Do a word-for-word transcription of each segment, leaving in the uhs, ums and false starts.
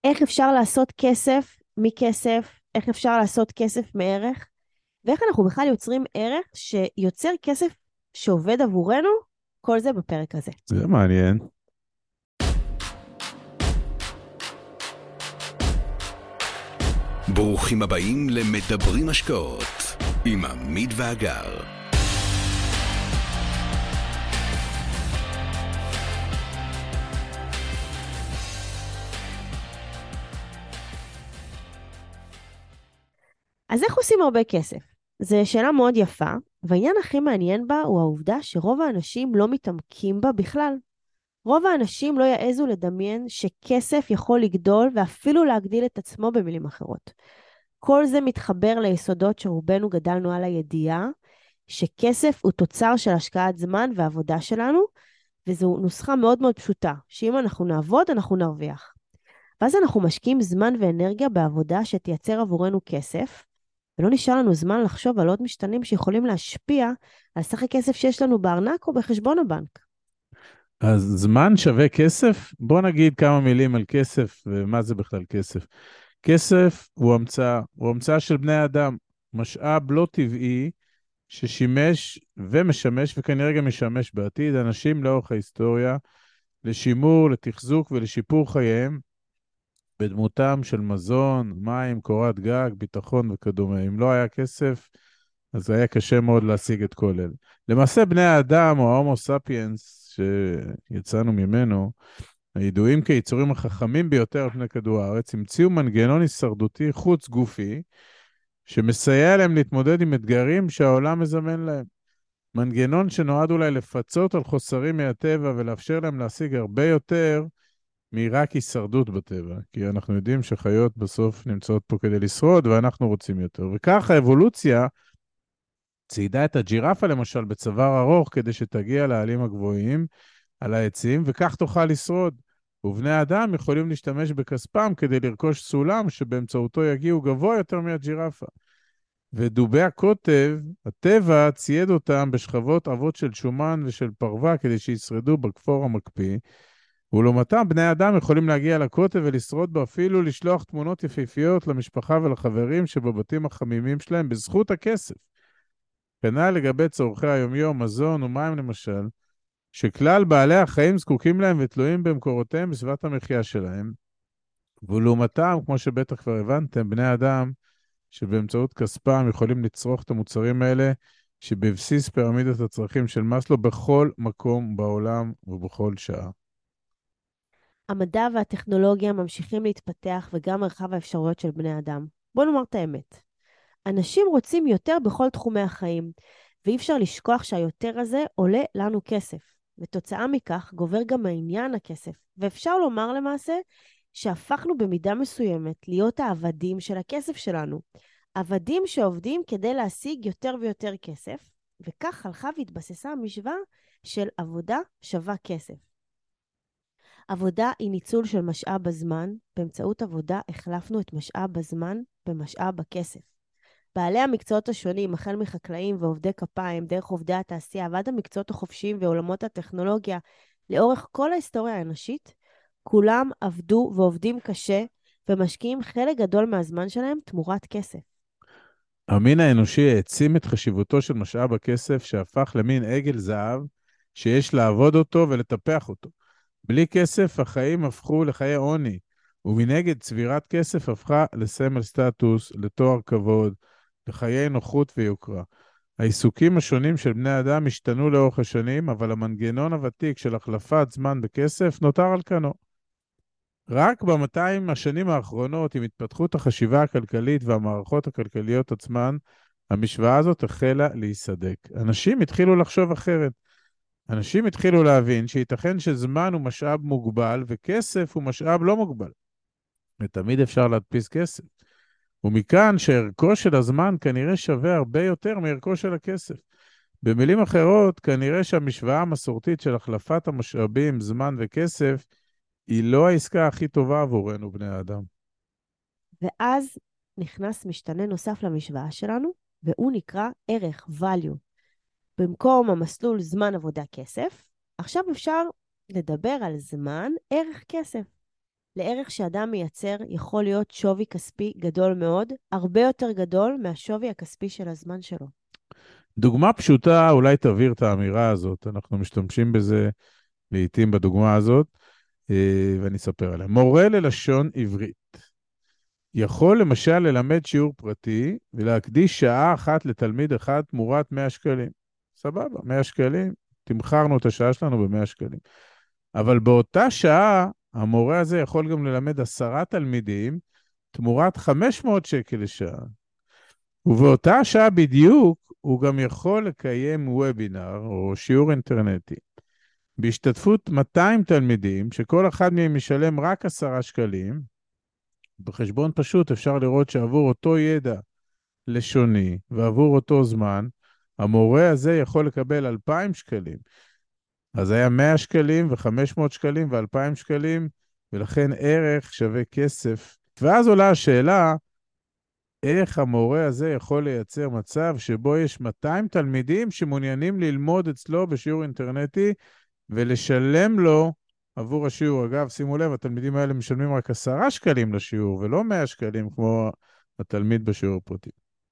איך אפשר לעשות כסף מכסף, איך אפשר לעשות כסף מערך, ואיך אנחנו בכלל יוצרים ערך שיוצר כסף שעובד עבורנו, כל זה בפרק הזה. זה מעניין. ברוכים הבאים למדברים השקעות עם עמית ואגר. אז איך עושים הרבה כסף? זו שאלה מאוד יפה, והעניין הכי מעניין בה הוא העובדה שרוב האנשים לא מתעמקים בה בכלל. רוב האנשים לא יעזו לדמיין שכסף יכול לגדול ואפילו להגדיל את עצמו במילים אחרות. כל זה מתחבר ליסודות שרובנו גדלנו על הידיעה, שכסף הוא תוצר של השקעת זמן ועבודה שלנו, וזו נוסחה מאוד מאוד פשוטה, שאם אנחנו נעבוד, אנחנו נרוויח. ואז אנחנו משקיעים זמן ואנרגיה בעבודה שתייצר עבורנו כסף, ולא נשאר לנו זמן לחשוב על עוד משתנים שיכולים להשפיע על סך הכסף שיש לנו בארנק או בחשבון הבנק. אז זמן שווה כסף? בוא נגיד כמה מילים על כסף ומה זה בכלל כסף. כסף הוא המצאה, הוא המצאה של בני אדם, משאב לא טבעי ששימש ומשמש וכנראה גם משמש בעתיד אנשים לאורך ההיסטוריה לשימור, לתחזוק ולשיפור חייהם בדמותם של מזון, מים, קורת גג, ביטחון וכדומה. אם לא היה כסף, אז היה קשה מאוד להשיג את כל אלה. למעשה בני האדם או ההומו ספיאנס שיצאנו ממנו, הידועים כיצורים החכמים ביותר על פני כדור הארץ, המציאו מנגנון הישרדותי חוץ גופי, שמסייע להם להתמודד עם אתגרים שהעולם מזמן להם. מנגנון שנועד אולי לפצות על חוסרים מהטבע ולאפשר להם להשיג הרבה יותר מרק הישרדות בטבע. כי אנחנו יודעים שחיות בסוף נמצאות פה כדי לשרוד ואנחנו רוצים יותר. וכך האבולוציה ציידה את הג'ירפה למשל בצוואר ארוך כדי שתגיע לעלים הגבוהים על העצים, וכך תוכל לשרוד. ובני אדם יכולים להשתמש בכספם כדי לרכוש סולם שבאמצעותו יגיעו גבוה יותר מהג'ירפה. ודובי הקוטב, הטבע צייד אותם בשכבות עבות של שומן ושל פרווה כדי שישרדו בכפור המקפיא, ולעומתם בני אדם יכולים להגיע לקוטב ולשרוד בו, אפילו לשלוח תמונות יפיפיות למשפחה ולחברים שבבתים החמימים שלהם בזכות הכסף. כנ"ל לגבי צורכי היומיום, מזון ומים למשל, שכלל בעלי החיים זקוקים להם ותלויים במקורותיהם בסביבת המחיה שלהם, ולעומתם, כמו שבטח כבר הבנתם, בני אדם שבאמצעות כספם יכולים לצרוך את המוצרים האלה, שבבסיס פירמידת הצרכים של מאסלו בכל מקום בעולם ובכל שעה. המדע והטכנולוגיה ממשיכים להתפתח וגם מרחב האפשרויות של בני אדם. בוא נאמר את האמת. אנשים רוצים יותר בכל תחומי החיים, ואי אפשר לשכוח שהיותר הזה עולה לנו כסף. ותוצאה מכך גובר גם העניין הכסף. ואפשר לומר למעשה שהפכנו במידה מסוימת להיות העבדים של הכסף שלנו. עבדים שעובדים כדי להשיג יותר ויותר כסף, וכך הלכה והתבססה המשוואה של עבודה שווה כסף. עבודה היא ניצול של משאב הזמן, באמצעות עבודה החלפנו את משאב הזמן במשאב הכסף. בעלי המקצועות השונים, החל מחקלאים ועובדי כפיים, דרך עובדי התעשייה, ועד המקצועות החופשיים ועולמות הטכנולוגיה, לאורך כל ההיסטוריה האנושית, כולם עבדו ועובדים קשה, ומשקיעים חלק גדול מהזמן שלהם תמורת כסף. המין האנושי העצים את חשיבותו של משאב הכסף, שהפך למין עגל זהב, שיש לעבוד אותו ולטפח אותו. בלי כסף החיים הפכו לחיי עוני, ומנגד צבירת כסף הפכה לסמל סטטוס, לתואר כבוד, לחיי נוחות ויוקרה. העיסוקים השונים של בני אדם השתנו לאורך השנים, אבל המנגנון הוותיק של החלפת זמן בכסף נותר על כנו. רק ב-מאתיים השנים האחרונות, עם התפתחות החשיבה הכלכלית והמערכות הכלכליות עצמן, המשוואה הזאת החלה להיסדק. אנשים התחילו לחשוב אחרת. אנשים התחילו להבין שייתכן שזמן הוא משאב מוגבל וכסף הוא משאב לא מוגבל. ותמיד אפשר להדפיס כסף. ומכאן שערכו של הזמן כנראה שווה הרבה יותר מערכו של הכסף. במילים אחרות, כנראה שהמשוואה המסורתית של החלפת המשאבים, זמן וכסף, היא לא העסקה הכי טובה עבורנו בני האדם. ואז נכנס משתנה נוסף למשוואה שלנו, והוא נקרא ערך, value. במקום המסלול זמן עבודה כסף, עכשיו אפשר לדבר על זמן ערך כסף. לערך שאדם מייצר יכול להיות שווי כספי גדול מאוד, הרבה יותר גדול מהשווי הכספי של הזמן שלו. דוגמה פשוטה אולי תבהיר את האמירה הזאת, אנחנו משתמשים בזה לעתים בדוגמה הזאת, ואני אספר עליה. מורה ללשון עברית יכול למשל ללמד שיעור פרטי ולהקדיש שעה אחת לתלמיד אחד תמורת מאה שקלים. סבבה, מאה שקלים, תמחרנו את השעה שלנו ב-מאה שקלים. אבל באותה שעה, המורה הזה יכול גם ללמד עשרה תלמידים תמורת חמש מאות שקל לשעה. ובאותה שעה בדיוק, הוא גם יכול לקיים וובינר או שיעור אינטרנטי. בהשתתפות מאתיים תלמידים, שכל אחד מהם משלם רק עשרה שקלים, בחשבון פשוט אפשר לראות שעבור אותו ידע לשוני ועבור אותו זמן, המורה הזה יכול לקבל אלפיים שקלים. אז היה מאה שקלים ו-חמש מאות שקלים ו-אלפיים שקלים, ולכן ערך שווה כסף. ואז עולה השאלה, איך המורה הזה יכול לייצר מצב שבו יש מאתיים תלמידים שמעוניינים ללמוד אצלו בשיעור אינטרנטי, ולשלם לו עבור השיעור. אגב, שימו לב, התלמידים האלה משלמים רק עשרה שקלים לשיעור, ולא מאה שקלים כמו התלמיד בשיעור פרטי.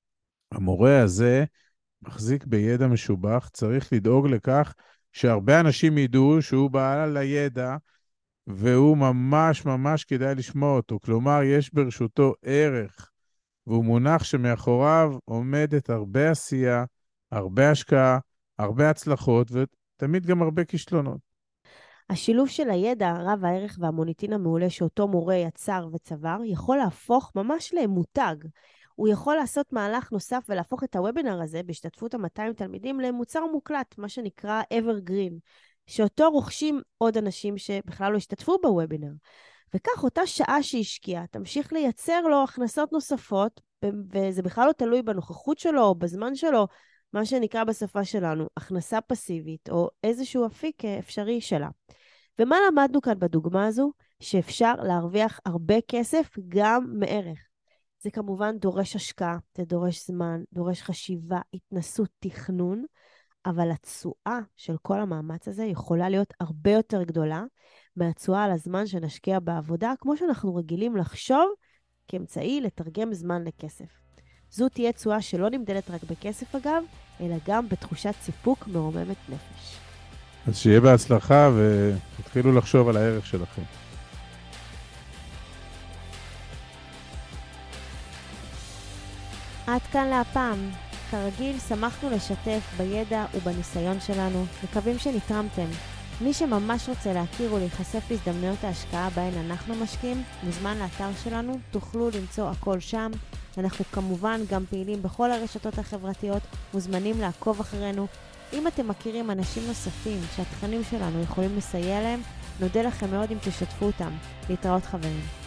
המורה הזה מחזיק בידע משובח, צריך לדאוג לכך שהרבה אנשים ידעו שהוא בעל הידע, והוא ממש ממש כדאי לשמוע אותו. כלומר, יש ברשותו ערך, והוא מונח שמאחוריו עומדת הרבה עשייה, הרבה השקעה, הרבה הצלחות, ותמיד גם הרבה כישלונות. השילוב של הידע, רב הערך והמוניטין המעולה שאותו מורה יצר וצבר, יכול להפוך ממש למותג. הוא יכול לעשות מהלך נוסף ולהפוך את הוובינר הזה, בהשתתפות ה-מאתיים תלמידים, למוצר מוקלט, מה שנקרא evergreen, שאותו רוכשים עוד אנשים שבכלל לא השתתפו בוובינר. וכך אותה שעה שהשקיע, תמשיך לייצר לו הכנסות נוספות, וזה בכלל לא תלוי בנוכחות שלו או בזמן שלו, מה שנקרא בשפה שלנו, הכנסה פסיבית או איזשהו אפיק אפשרי שלה. ומה למדנו כאן בדוגמה הזו? שאפשר להרוויח הרבה כסף גם מערך. זה כמובן דורש השקעה, זה דורש זמן, דורש חשיבה, התנסות, תכנון, אבל התשואה של כל המאמץ הזה יכולה להיות הרבה יותר גדולה מהתשואה על הזמן שנשקיע בעבודה, כמו שאנחנו רגילים לחשוב כאמצעי לתרגם זמן לכסף. זו תהיה תשואה שלא נמדדת רק בכסף אגב, אלא גם בתחושת סיפוק מרוממת נפש. אז שיהיה בהצלחה ותתחילו לחשוב על הערך שלכם. עד כאן להפעם. כרגיל, שמחנו לשתף בידע ובניסיון שלנו, מקווים שנתרמתם. מי שממש רוצה להכיר ולהיחשף להזדמנויות ההשקעה בהן אנחנו משקיעים, מוזמן לאתר שלנו, תוכלו למצוא הכל שם. אנחנו כמובן גם פעילים בכל הרשתות החברתיות, מוזמנים לעקוב אחרינו. אם אתם מכירים אנשים נוספים שהתכנים שלנו יכולים לסייע להם, נודה לכם מאוד אם תשתפו אותם. להתראות חברים.